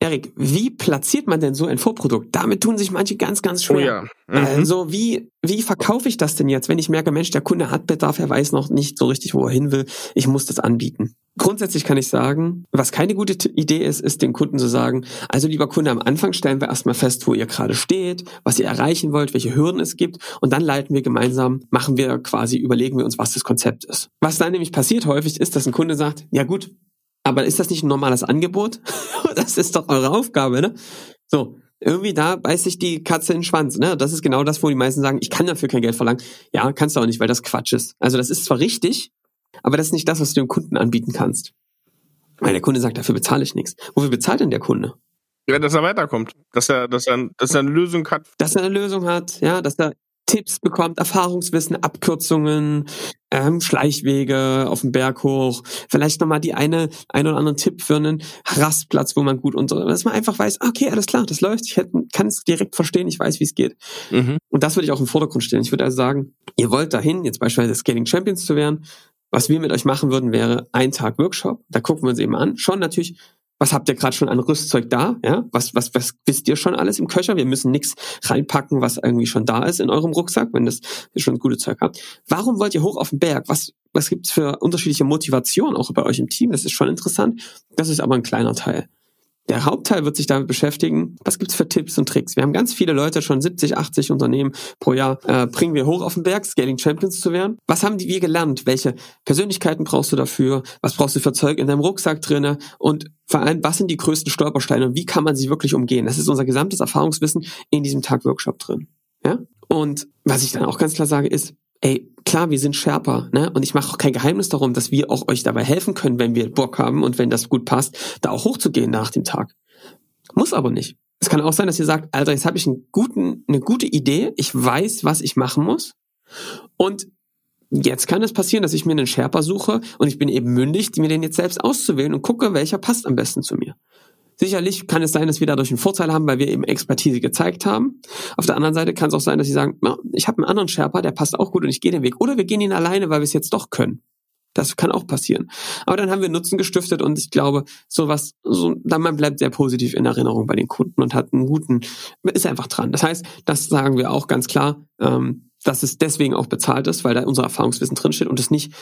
Erik, wie platziert man denn so ein Vorprodukt? Damit tun sich manche ganz, ganz schwer. Oh ja. Also wie verkaufe ich das denn jetzt, wenn ich merke, Mensch, der Kunde hat Bedarf, er weiß noch nicht so richtig, wo er hin will, ich muss das anbieten. Grundsätzlich kann ich sagen, was keine gute Idee ist dem Kunden zu sagen, also lieber Kunde, am Anfang stellen wir erstmal fest, wo ihr gerade steht, was ihr erreichen wollt, welche Hürden es gibt und dann leiten wir gemeinsam, überlegen wir uns, was das Konzept ist. Was dann nämlich passiert häufig ist, dass ein Kunde sagt, ja gut, aber ist das nicht ein normales Angebot? Das ist doch eure Aufgabe, ne? So, irgendwie da beißt sich die Katze in den Schwanz, ne? Das ist genau das, wo die meisten sagen, ich kann dafür kein Geld verlangen. Ja, kannst du auch nicht, weil das Quatsch ist. Also das ist zwar richtig, aber das ist nicht das, was du dem Kunden anbieten kannst. Weil der Kunde sagt, dafür bezahle ich nichts. Wofür bezahlt denn der Kunde? Ja, dass er weiterkommt. Dass er eine Lösung hat. Dass er eine Lösung hat, ja, dass er Tipps bekommt, Erfahrungswissen, Abkürzungen, Schleichwege auf dem Berg hoch, vielleicht nochmal ein oder anderen Tipp für einen Rastplatz, wo man gut dass man einfach weiß, okay, alles klar, das läuft, kann es direkt verstehen, ich weiß, wie es geht. Und das würde ich auch im Vordergrund stellen. Ich würde also sagen, ihr wollt dahin, jetzt beispielsweise Scaling Champions zu werden, was wir mit euch machen würden, wäre ein Tag Workshop, da gucken wir uns eben an, schon natürlich, was habt ihr gerade schon an Rüstzeug da? Ja, was wisst ihr schon alles im Köcher? Wir müssen nichts reinpacken, was irgendwie schon da ist in eurem Rucksack, wenn ihr schon gute Zeug habt. Warum wollt ihr hoch auf den Berg? Was gibt's für unterschiedliche Motivationen auch bei euch im Team? Das ist schon interessant. Das ist aber ein kleiner Teil. Der Hauptteil wird sich damit beschäftigen, was gibt's für Tipps und Tricks. Wir haben ganz viele Leute, schon 70, 80 Unternehmen pro Jahr, bringen wir hoch auf den Berg, Scaling Champions zu werden. Was haben wir gelernt? Welche Persönlichkeiten brauchst du dafür? Was brauchst du für Zeug in deinem Rucksack drinne? Und vor allem, was sind die größten Stolpersteine und wie kann man sie wirklich umgehen? Das ist unser gesamtes Erfahrungswissen in diesem Tag Workshop drin. Ja? Und was ich dann auch ganz klar sage ist, klar, wir sind Sherpa, ne? Und ich mache auch kein Geheimnis darum, dass wir auch euch dabei helfen können, wenn wir Bock haben und wenn das gut passt, da auch hochzugehen nach dem Tag. Muss aber nicht. Es kann auch sein, dass ihr sagt, Alter, jetzt habe ich eine gute Idee, ich weiß, was ich machen muss und jetzt kann es passieren, dass ich mir einen Sherpa suche und ich bin eben mündig, mir den jetzt selbst auszuwählen und gucke, welcher passt am besten zu mir. Sicherlich kann es sein, dass wir dadurch einen Vorteil haben, weil wir eben Expertise gezeigt haben. Auf der anderen Seite kann es auch sein, dass sie sagen, ich habe einen anderen Sherpa, der passt auch gut und ich gehe den Weg. Oder wir gehen ihn alleine, weil wir es jetzt doch können. Das kann auch passieren. Aber dann haben wir Nutzen gestiftet und ich glaube, man bleibt sehr positiv in Erinnerung bei den Kunden und hat ist einfach dran. Das heißt, das sagen wir auch ganz klar, dass es deswegen auch bezahlt ist, weil da unser Erfahrungswissen drinsteht und es nicht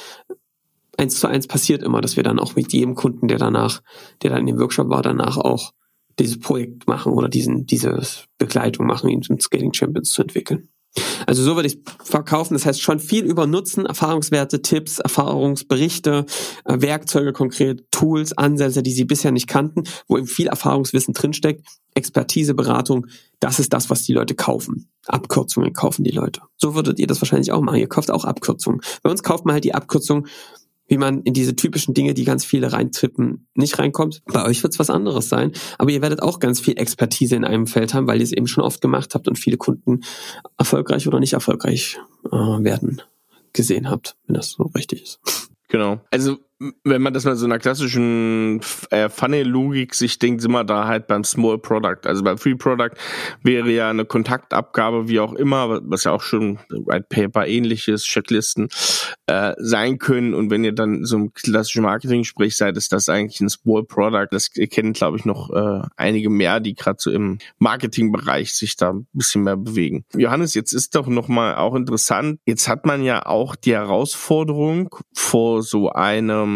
1:1 passiert immer, dass wir dann auch mit jedem Kunden, der dann in dem Workshop war, danach auch dieses Projekt machen oder diese Begleitung machen, ihn zum Scaling Champions zu entwickeln. Also so würde ich verkaufen. Das heißt schon viel über Nutzen, Erfahrungswerte, Tipps, Erfahrungsberichte, Werkzeuge konkret, Tools, Ansätze, die sie bisher nicht kannten, wo eben viel Erfahrungswissen drinsteckt, Expertise, Beratung. Das ist das, was die Leute kaufen. Abkürzungen kaufen die Leute. So würdet ihr das wahrscheinlich auch machen. Ihr kauft auch Abkürzungen. Bei uns kauft man halt die Abkürzung, wie man in diese typischen Dinge, die ganz viele reintippen, nicht reinkommt. Bei euch wird es was anderes sein, aber ihr werdet auch ganz viel Expertise in einem Feld haben, weil ihr es eben schon oft gemacht habt und viele Kunden erfolgreich oder nicht erfolgreich werden gesehen habt, wenn das so richtig ist. Genau. Also wenn man das mal so einer klassischen Funnel-Logik sich denkt, sind wir da halt beim Small Product. Also beim Free Product wäre ja eine Kontaktabgabe, wie auch immer, was ja auch schon White Paper ähnliches, Checklisten sein können. Und wenn ihr dann so im klassischen Marketing-Gespräch seid, ist das eigentlich ein Small Product. Das kennen, glaube ich, noch einige mehr, die gerade so im Marketingbereich sich da ein bisschen mehr bewegen. Johannes, jetzt ist doch nochmal auch interessant, jetzt hat man ja auch die Herausforderung vor so einem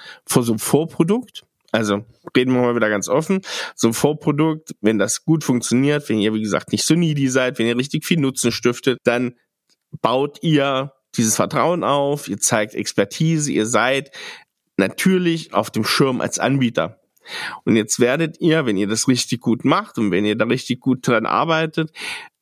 Vorprodukt, also reden wir mal wieder ganz offen, so ein Vorprodukt, wenn das gut funktioniert, wenn ihr, wie gesagt, nicht so needy seid, wenn ihr richtig viel Nutzen stiftet, dann baut ihr dieses Vertrauen auf, ihr zeigt Expertise, ihr seid natürlich auf dem Schirm als Anbieter. Und jetzt werdet ihr, wenn ihr das richtig gut macht und wenn ihr da richtig gut dran arbeitet,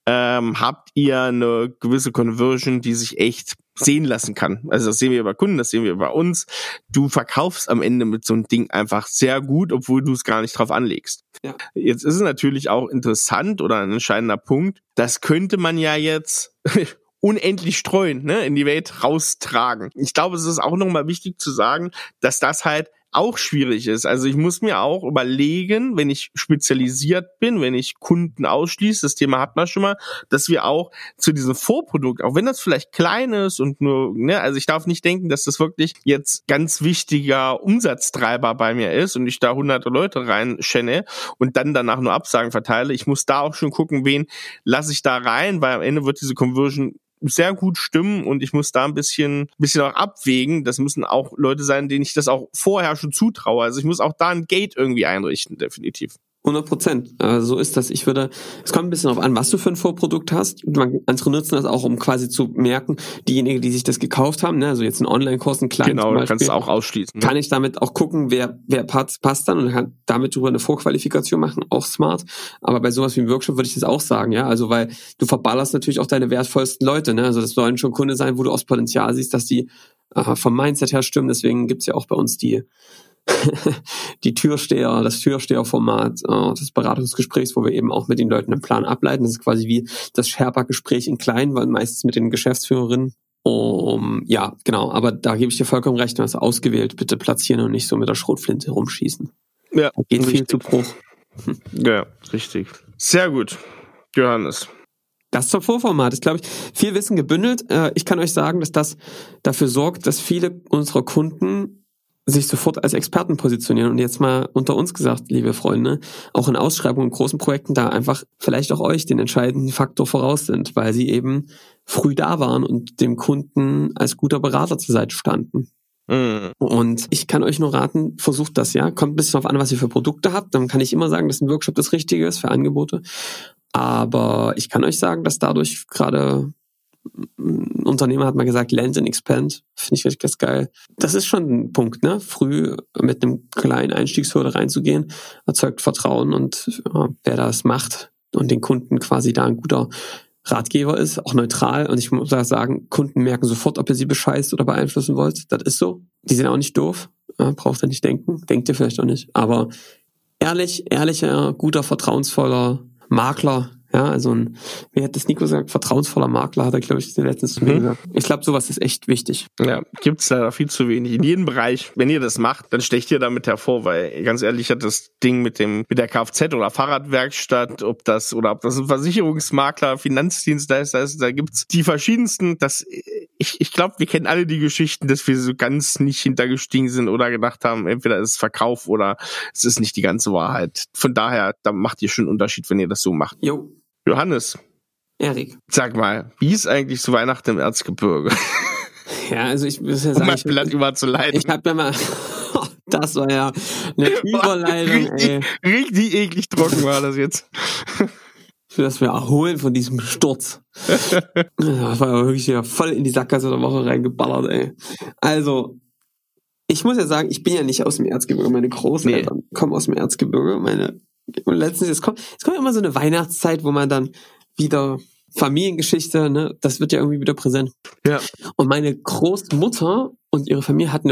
habt ihr eine gewisse Conversion, die sich echt sehen lassen kann. Also das sehen wir bei Kunden, das sehen wir bei uns. Du verkaufst am Ende mit so einem Ding einfach sehr gut, obwohl du es gar nicht drauf anlegst. Ja. Jetzt ist es natürlich auch interessant oder ein entscheidender Punkt, das könnte man ja jetzt unendlich streuen, ne, in die Welt raustragen. Ich glaube, es ist auch nochmal wichtig zu sagen, dass das halt auch schwierig ist. Also ich muss mir auch überlegen, wenn ich spezialisiert bin, wenn ich Kunden ausschließe, das Thema hat man schon mal, dass wir auch zu diesem Vorprodukt, auch wenn das vielleicht klein ist und nur, ne, also ich darf nicht denken, dass das wirklich jetzt ganz wichtiger Umsatztreiber bei mir ist und ich da hunderte Leute reinschenne und dann danach nur Absagen verteile. Ich muss da auch schon gucken, wen lasse ich da rein, weil am Ende wird diese Conversion sehr gut stimmen und ich muss da ein bisschen auch abwägen. Das müssen auch Leute sein, denen ich das auch vorher schon zutraue. Also ich muss auch da ein Gate irgendwie einrichten, definitiv. 100%. So ist das. Es kommt ein bisschen darauf an, was du für ein Vorprodukt hast. Andere nutzen das auch, um quasi zu merken, diejenigen, die sich das gekauft haben, ne, also jetzt einen Online-Kurs, einen kleinen genau, kannst du auch ausschließen. Kann ich damit auch gucken, wer passt dann und kann damit drüber eine Vorqualifikation machen, auch smart. Aber bei sowas wie einem Workshop würde ich das auch sagen, ja, also weil du verballerst natürlich auch deine wertvollsten Leute, ne, also das sollen schon Kunden sein, wo du auch das Potenzial siehst, dass die vom Mindset her stimmen. Deswegen gibt's ja auch bei uns die Türsteher, das Türsteherformat des Beratungsgesprächs, wo wir eben auch mit den Leuten einen Plan ableiten. Das ist quasi wie das Sherpa-Gespräch in klein, weil meistens mit den Geschäftsführerinnen. Ja, genau, aber da gebe ich dir vollkommen recht, du hast ausgewählt, bitte platzieren und nicht so mit der Schrotflinte rumschießen. Ja, da geht viel zu Bruch. Ja, richtig. Sehr gut, Johannes. Das zum Vorformat ist, glaube ich, viel Wissen gebündelt. Ich kann euch sagen, dass das dafür sorgt, dass viele unserer Kunden sich sofort als Experten positionieren. Und jetzt mal unter uns gesagt, liebe Freunde, auch in Ausschreibungen und großen Projekten da einfach vielleicht auch euch den entscheidenden Faktor voraus sind, weil sie eben früh da waren und dem Kunden als guter Berater zur Seite standen. Mhm. Und ich kann euch nur raten, versucht das, ja. Kommt ein bisschen darauf an, was ihr für Produkte habt. Dann kann ich immer sagen, dass ein Workshop das Richtige ist für Angebote. Aber ich kann euch sagen, dass dadurch gerade ein Unternehmer hat mal gesagt, Land and Expand, finde ich richtig geil. Das ist schon ein Punkt, ne? Früh mit einem kleinen Einstiegshürde reinzugehen, erzeugt Vertrauen und wer das macht und den Kunden quasi da ein guter Ratgeber ist, auch neutral. Und ich muss sagen, Kunden merken sofort, ob ihr sie bescheißt oder beeinflussen wollt. Das ist so. Die sind auch nicht doof. Braucht ihr nicht denken. Denkt ihr vielleicht auch nicht. Aber ehrlicher, guter, vertrauensvoller Makler, ja, also wie hat das Nico gesagt, vertrauensvoller Makler, hat er, glaube ich, letztens zu mir gesagt. Ich glaube, sowas ist echt wichtig. Ja, gibt's leider viel zu wenig. In jedem Bereich, wenn ihr das macht, dann stecht ihr damit hervor, weil ganz ehrlich hat das Ding mit der Kfz- oder Fahrradwerkstatt, ob das ein Versicherungsmakler, Finanzdienstleister ist, da gibt's die verschiedensten, ich glaube, wir kennen alle die Geschichten, dass wir so ganz nicht hintergestiegen sind oder gedacht haben, entweder ist es Verkauf oder es ist nicht die ganze Wahrheit. Von daher, da macht ihr schon einen Unterschied, wenn ihr das so macht. Jo. Johannes. Erik. Sag mal, wie ist eigentlich so Weihnachten im Erzgebirge? Ja, also ich muss ja sagen, mein Blatt überzuleiten. Ich hab da mal, das war ja eine Überleitung, richtig eklig trocken war das jetzt. Für das wir erholen von diesem Sturz. Das war ja wirklich ja voll in die Sackgasse der Woche reingeballert, ey. Also, ich muss ja sagen, ich bin ja nicht aus dem Erzgebirge. Meine Großeltern kommen aus dem Erzgebirge. Und letztens, es kommt immer so eine Weihnachtszeit, wo man dann wieder Familiengeschichte, ne, das wird ja irgendwie wieder präsent. Ja. Und meine Großmutter und ihre Familie hatten eine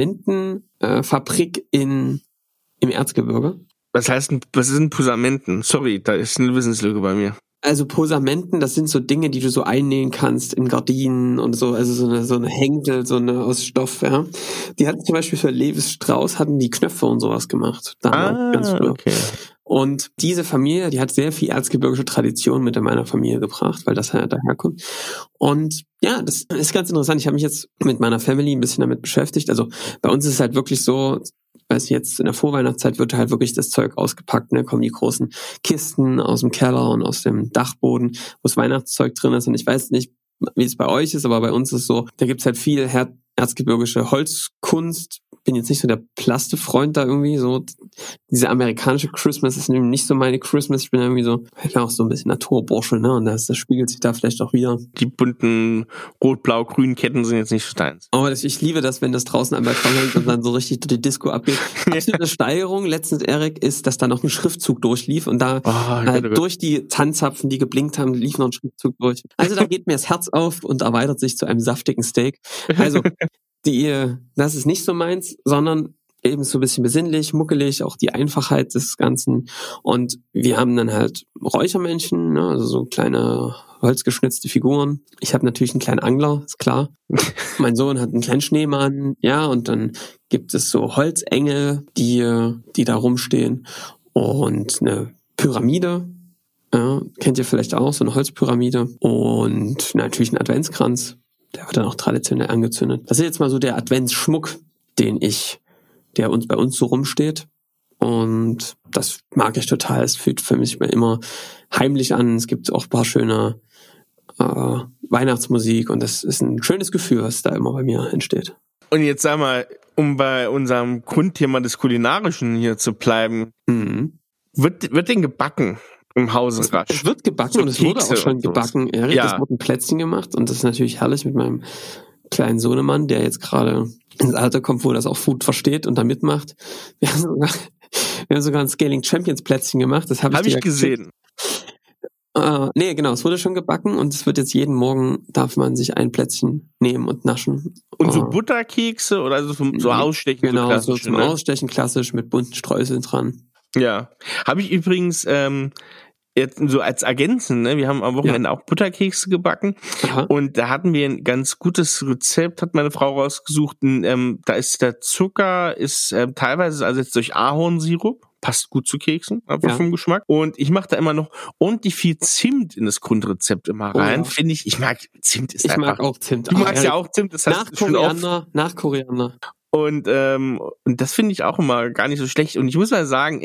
Posamentenfabrik im Erzgebirge. Was sind Posamenten? Sorry, da ist eine Wissenslücke bei mir. Also Posamenten, das sind so Dinge, die du so einnähen kannst in Gardinen und so, also so eine Hängsel, aus Stoff, ja. Die hatten zum Beispiel für Lewis Strauss, hatten die Knöpfe und sowas gemacht. Ganz früher. Okay. Und diese Familie, die hat sehr viel erzgebirgische Tradition mit in meiner Familie gebracht, weil das ja daherkommt. Und ja, das ist ganz interessant. Ich habe mich jetzt mit meiner Family ein bisschen damit beschäftigt. Also bei uns ist es halt wirklich so, weiß ich, jetzt in der Vorweihnachtszeit wird halt wirklich das Zeug ausgepackt, ne, kommen die großen Kisten aus dem Keller und aus dem Dachboden, wo das Weihnachtszeug drin ist. Und ich weiß nicht, wie es bei euch ist, aber bei uns ist es so, da gibt's halt viel erzgebirgische Holzkunst. Bin jetzt nicht so der Plastefreund da irgendwie, so diese amerikanische Christmas ist nämlich nicht so meine Christmas. Ich bin irgendwie so, auch so ein bisschen Naturbursche, ne, und das spiegelt sich da vielleicht auch wieder. Die bunten rot-blau-grünen Ketten sind jetzt nicht so deins. Aber ich liebe das, wenn das draußen am Balkon hängt und dann so richtig durch die Disco abgeht. Absolute Steigerung letztens, Erik, ist, dass da noch ein Schriftzug durchlief und da durch die Tanzzapfen, die geblinkt haben, lief noch ein Schriftzug durch. Also da geht mir das Herz auf und erweitert sich zu einem saftigen Steak. Also das ist nicht so meins, sondern eben so ein bisschen besinnlich, muckelig, auch die Einfachheit des Ganzen. Und wir haben dann halt Räuchermännchen, ne, also so kleine holzgeschnitzte Figuren. Ich habe natürlich einen kleinen Angler, ist klar. Mein Sohn hat einen kleinen Schneemann, ja, und dann gibt es so Holzengel, die da rumstehen und eine Pyramide. Ja, kennt ihr vielleicht auch, so eine Holzpyramide. Und natürlich ein Adventskranz. Der wird dann auch traditionell angezündet. Das ist jetzt mal so der Adventsschmuck, der bei uns so rumsteht. Und das mag ich total. Es fühlt für mich immer heimlich an. Es gibt auch ein paar schöne Weihnachtsmusik und das ist ein schönes Gefühl, was da immer bei mir entsteht. Und jetzt sag mal, um bei unserem Grundthema des Kulinarischen hier zu bleiben, wird denn gebacken im Hause Rasch? Es wird gebacken so und es wurde auch schon gebacken, Erik. Ja. Es wurde ein Plätzchen gemacht und das ist natürlich herrlich mit meinem kleinen Sohnemann, der jetzt gerade ins Alter kommt, wo das auch gut versteht und da mitmacht. Wir haben sogar ein Scaling Champions Plätzchen gemacht. Das habe ich gesehen. Nee, genau, es wurde schon gebacken und es wird jetzt jeden Morgen, darf man sich ein Plätzchen nehmen und naschen. Und so Butterkekse oder so Ausstechen? Genau, so zum Ausstechen klassisch mit bunten Streuseln dran. Ja, habe ich übrigens jetzt so als Ergänzen, ne? Wir haben am Wochenende auch Butterkekse gebacken. Aha. Und da hatten wir ein ganz gutes Rezept, hat meine Frau rausgesucht. Da ist der Zucker teilweise ersetzt durch Ahornsirup. Passt gut zu Keksen, einfach vom Geschmack. Und ich mache da immer noch ordentlich viel Zimt in das Grundrezept immer rein. Ja. Finde ich mag Zimt ist einfach... Ich mag auch Zimt. Du magst ja auch Zimt. Das heißt, nach Koriander. Und das finde ich auch immer gar nicht so schlecht. Und ich muss mal sagen,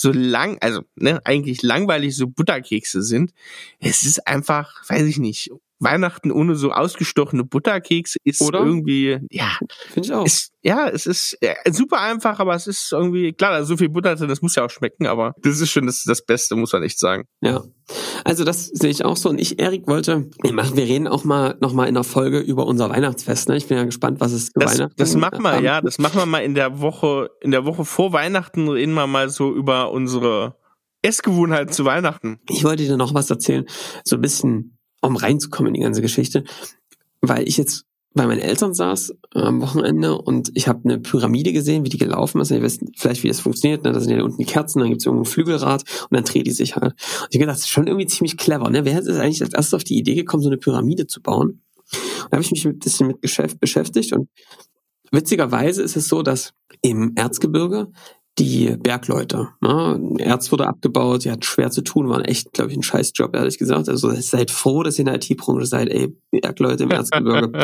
eigentlich langweilig so Butterkekse sind, es ist einfach, weiß ich nicht, Weihnachten ohne so ausgestochene Butterkekse ist irgendwie, ja. Finde ich auch. Es ist super einfach, aber es ist irgendwie, klar, da ist so viel Butter drin, das muss ja auch schmecken, aber das ist schon das Beste, muss man echt sagen. Ja. Also das sehe ich auch so. Und ich, Erik, wir reden auch nochmal in der Folge über unser Weihnachtsfest, ne? Ich bin ja gespannt, was es zu Weihnachten Das machen wir, das machen wir mal in der Woche vor Weihnachten, reden wir mal so über unsere Essgewohnheiten zu Weihnachten. Ich wollte dir noch was erzählen, so ein bisschen, um reinzukommen in die ganze Geschichte, weil ich jetzt bei meinen Eltern saß am Wochenende und ich habe eine Pyramide gesehen, wie die gelaufen ist. Ihr wisst vielleicht, wie das funktioniert. Ne? Da sind ja unten die Kerzen, dann gibt es irgendwo ein Flügelrad und dann dreht die sich halt. Und ich habe gedacht, das ist schon irgendwie ziemlich clever. Ne? Wer ist eigentlich als erstes auf die Idee gekommen, so eine Pyramide zu bauen? Da habe ich mich ein bisschen mit beschäftigt und witzigerweise ist es so, dass im Erzgebirge die Bergleute, ne? Erz wurde abgebaut, die hatten schwer zu tun, waren echt, glaube ich, ein Scheißjob, ehrlich gesagt. Also seid froh, dass ihr in der IT-Branche seid, Bergleute im Erzgebirge.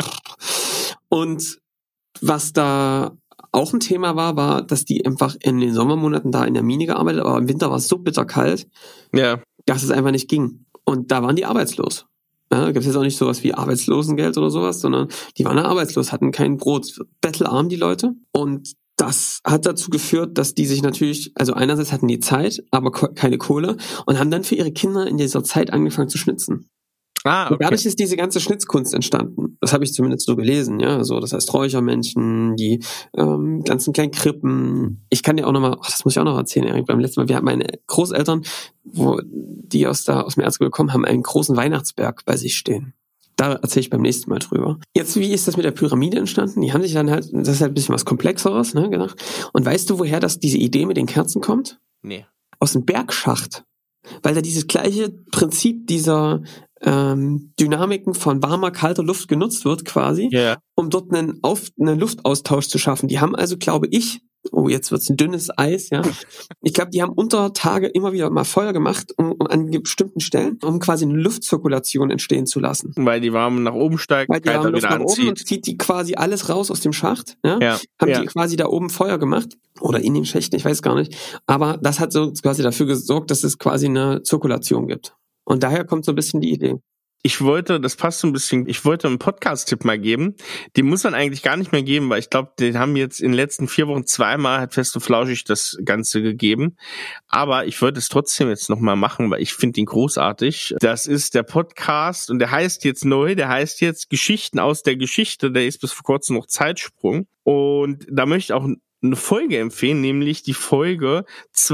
Und was da auch ein Thema war, dass die einfach in den Sommermonaten da in der Mine gearbeitet, aber im Winter war es so bitterkalt, dass es einfach nicht ging. Und da waren die arbeitslos. Ja, gibt es jetzt auch nicht sowas wie Arbeitslosengeld oder sowas, sondern die waren da arbeitslos, hatten kein Brot, bettelarm die Leute. Und das hat dazu geführt, dass die sich natürlich, also einerseits hatten die Zeit, aber keine Kohle und haben dann für ihre Kinder in dieser Zeit angefangen zu schnitzen. Okay. Und dadurch ist diese ganze Schnitzkunst entstanden. Das habe ich zumindest so gelesen, ja. So, das heißt Räuchermännchen, die ganzen kleinen Krippen. Ich kann dir auch nochmal, das muss ich auch noch erzählen, Erik, beim letzten Mal, wir hatten meine Großeltern, die aus dem Erzgebirge kommen, haben einen großen Weihnachtsberg bei sich stehen. Da erzähle ich beim nächsten Mal drüber. Jetzt, wie ist das mit der Pyramide entstanden? Die haben sich dann halt, das ist halt ein bisschen was Komplexeres, ne, gedacht. Und weißt du, woher diese Idee mit den Kerzen kommt? Nee. Aus dem Bergschacht. Weil da dieses gleiche Prinzip dieser Dynamiken von warmer, kalter Luft genutzt wird quasi, um dort einen Luftaustausch zu schaffen. Die haben also, glaube ich, jetzt wird's ein dünnes Eis, ja. Ich glaube, die haben unter Tage immer wieder mal Feuer gemacht an bestimmten Stellen, um quasi eine Luftzirkulation entstehen zu lassen. Weil die Wärme nach oben steigt, weil die Wärme Luft nach oben und zieht die quasi alles raus aus dem Schacht. Ja? Haben die quasi da oben Feuer gemacht oder in den Schächten, ich weiß gar nicht. Aber das hat so quasi dafür gesorgt, dass es quasi eine Zirkulation gibt. Und daher kommt so ein bisschen die Idee. Das passt so ein bisschen, ich wollte einen Podcast-Tipp mal geben. Den muss man eigentlich gar nicht mehr geben, weil ich glaube, den haben jetzt in den letzten 4 Wochen zweimal, hat Fest und Flauschig das Ganze gegeben. Aber ich wollte es trotzdem jetzt nochmal machen, weil ich finde ihn großartig. Das ist der Podcast und der heißt jetzt Geschichten aus der Geschichte. Der ist bis vor kurzem noch Zeitsprung. Und da möchte ich auch eine Folge empfehlen, nämlich die Folge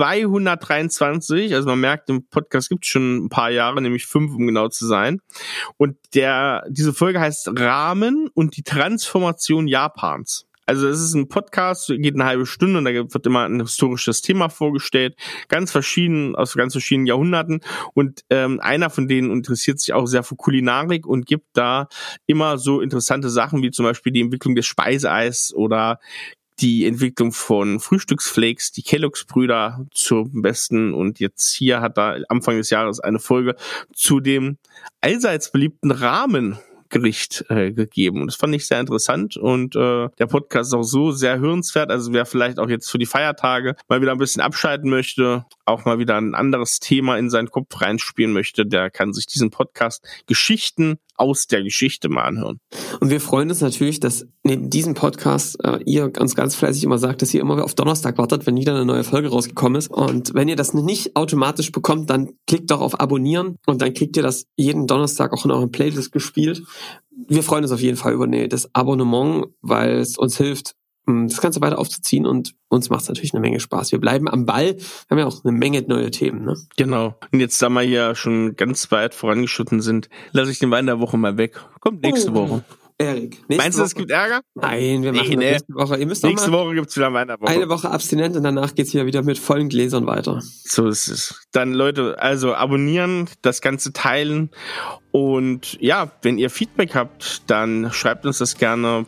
223. Also man merkt, im Podcast gibt es schon ein paar Jahre, nämlich 5, um genau zu sein. Und diese Folge heißt Ramen und die Transformation Japans. Also es ist ein Podcast, geht eine halbe Stunde und da wird immer ein historisches Thema vorgestellt, aus ganz verschiedenen Jahrhunderten und einer von denen interessiert sich auch sehr für Kulinarik und gibt da immer so interessante Sachen wie zum Beispiel die Entwicklung des Speiseeis oder die Entwicklung von Frühstücksflakes, die Kellogg's-Brüder zum Besten. Und jetzt hier hat er Anfang des Jahres eine Folge zu dem allseits beliebten Rahmengericht gegeben. Und das fand ich sehr interessant und der Podcast ist auch so sehr hörenswert. Also wer vielleicht auch jetzt für die Feiertage mal wieder ein bisschen abschalten möchte, auch mal wieder ein anderes Thema in seinen Kopf reinspielen möchte, der kann sich diesen Podcast Geschichten aus der Geschichte mal anhören. Und wir freuen uns natürlich, dass neben diesem Podcast ihr ganz fleißig immer sagt, dass ihr immer auf Donnerstag wartet, wenn wieder eine neue Folge rausgekommen ist. Und wenn ihr das nicht automatisch bekommt, dann klickt doch auf Abonnieren und dann kriegt ihr das jeden Donnerstag auch in euren Playlist gespielt. Wir freuen uns auf jeden Fall über das Abonnement, weil es uns hilft, das Ganze weiter aufzuziehen und uns macht es natürlich eine Menge Spaß. Wir bleiben am Ball, wir haben ja auch eine Menge neue Themen, ne? Genau. Und jetzt, da wir hier schon ganz weit vorangeschritten sind, lasse ich den Wein der Woche mal weg. Kommt nächste Woche. Erik, meinst du, es gibt Ärger? Nein, wir machen nächste Woche. Ihr müsst nächste Woche gibt's wieder Wein der Woche. Eine Woche abstinent und danach geht's wieder mit vollen Gläsern weiter. So ist es. Dann Leute, also abonnieren, das Ganze teilen und ja, wenn ihr Feedback habt, dann schreibt uns das gerne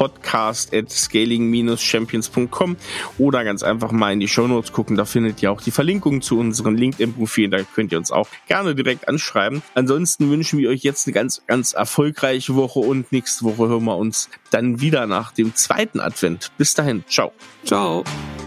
podcast@scaling-champions.com oder ganz einfach mal in die Shownotes gucken, da findet ihr auch die Verlinkung zu unseren LinkedIn-Profilen, da könnt ihr uns auch gerne direkt anschreiben. Ansonsten wünschen wir euch jetzt eine ganz erfolgreiche Woche und nächste Woche hören wir uns dann wieder nach dem zweiten Advent. Bis dahin, ciao. Ciao.